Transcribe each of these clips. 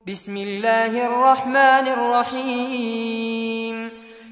بسم الله الرحمن الرحيم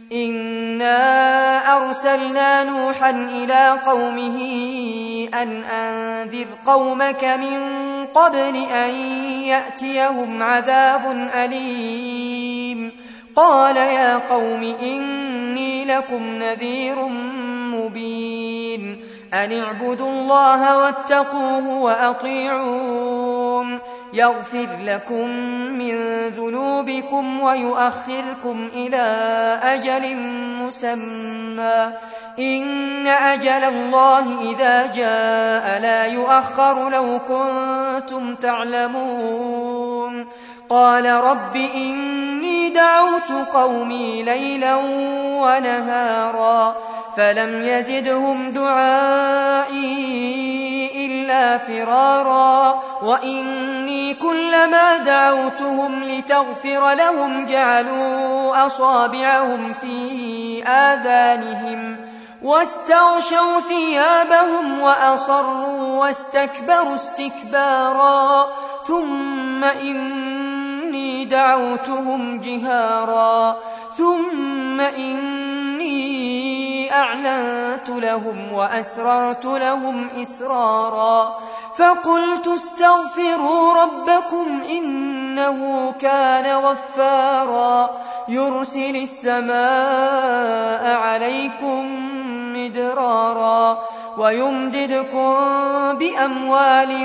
إنا أرسلنا نوحا إلى قومه أن أنذر قومك من قبل أن يأتيهم عذاب أليم قال يا قوم إني لكم نذير مبين أن اعبدوا الله واتقوه وأطيعون يغفر لكم من ذنوبكم ويؤخركم إلى أجل مسمى إن أجل الله إذا جاء لا يؤخر لو كنتم تعلمون قال رب إني دعوت قومي ليلا ونهارا فلم يزدهم دعائي إلا فرارا وإني كلما دعوتهم لتغفر لهم جعلوا أصابعهم في آذانهم واستغشوا ثيابهم وأصروا واستكبروا استكبارا ثم إني دعوتهم جهارا ثم إني أعلنت لهم وأسررت لهم إسرارا فقلت استغفروا ربكم إنه كان غفارا يرسل السماء عليكم مدرارا ويمددكم بأموال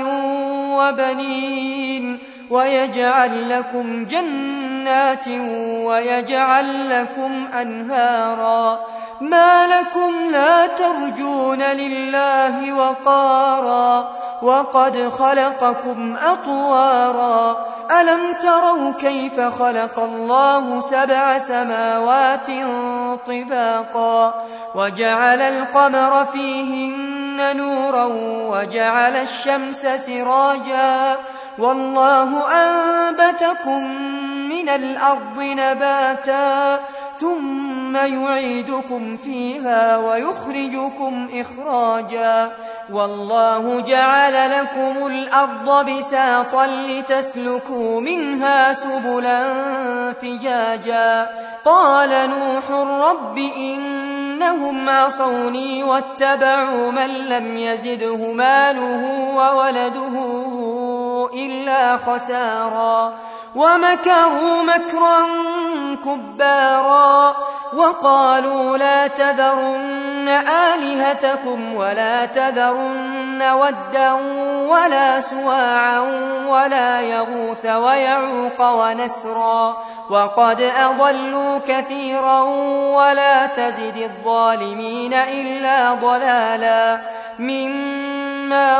وبنين ويجعل لكم جنات ويجعل لكم أنهارا ما لكم لا ترجون لله وقارا وقد خلقكم أطوارا ألم تروا كيف خلق الله 7 سماوات طباقا وجعل القمر فيهن نورا وجعل الشمس سراجا والله أنبتكم من الأرض نباتا ثم يعيدكم فيها ويخرجكم إخراجا والله جعل لكم الأرض بساطا لتسلكوا منها سبلا فجاجا قال نوح رب إنهم عصوني واتبعوا من لم يزده ماله وولده إلا خسارا ومكروا مكرا كبارا وقالوا لا تذرن آلهتكم ولا تذرن ودا ولا سواعا ولا يغوث ويعوق ونسرا وقد أضلوا كثيرا ولا تزد الظالمين إلا ضلالا مما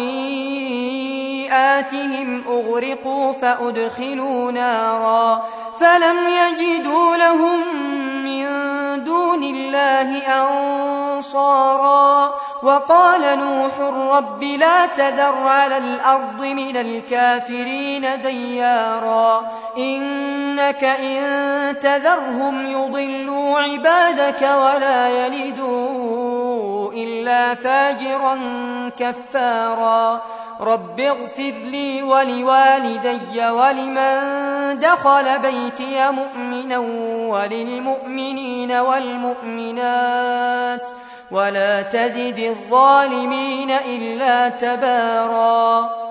خطيئاتهم أغرقوا فأدخلوا نارا فلم يجدوا لهم من دون الله أنصارا وقال نوح رب لا تذر على الأرض من الكافرين ديارا إنك إن تذرهم يضلوا عبادك ولا يلدوا إلا فاجرا كفارا رب اغفر لي ولوالدي ولمن دخل بيتي مؤمنا وللمؤمنين والمؤمنات ولا تزد الظالمين إلا تبارا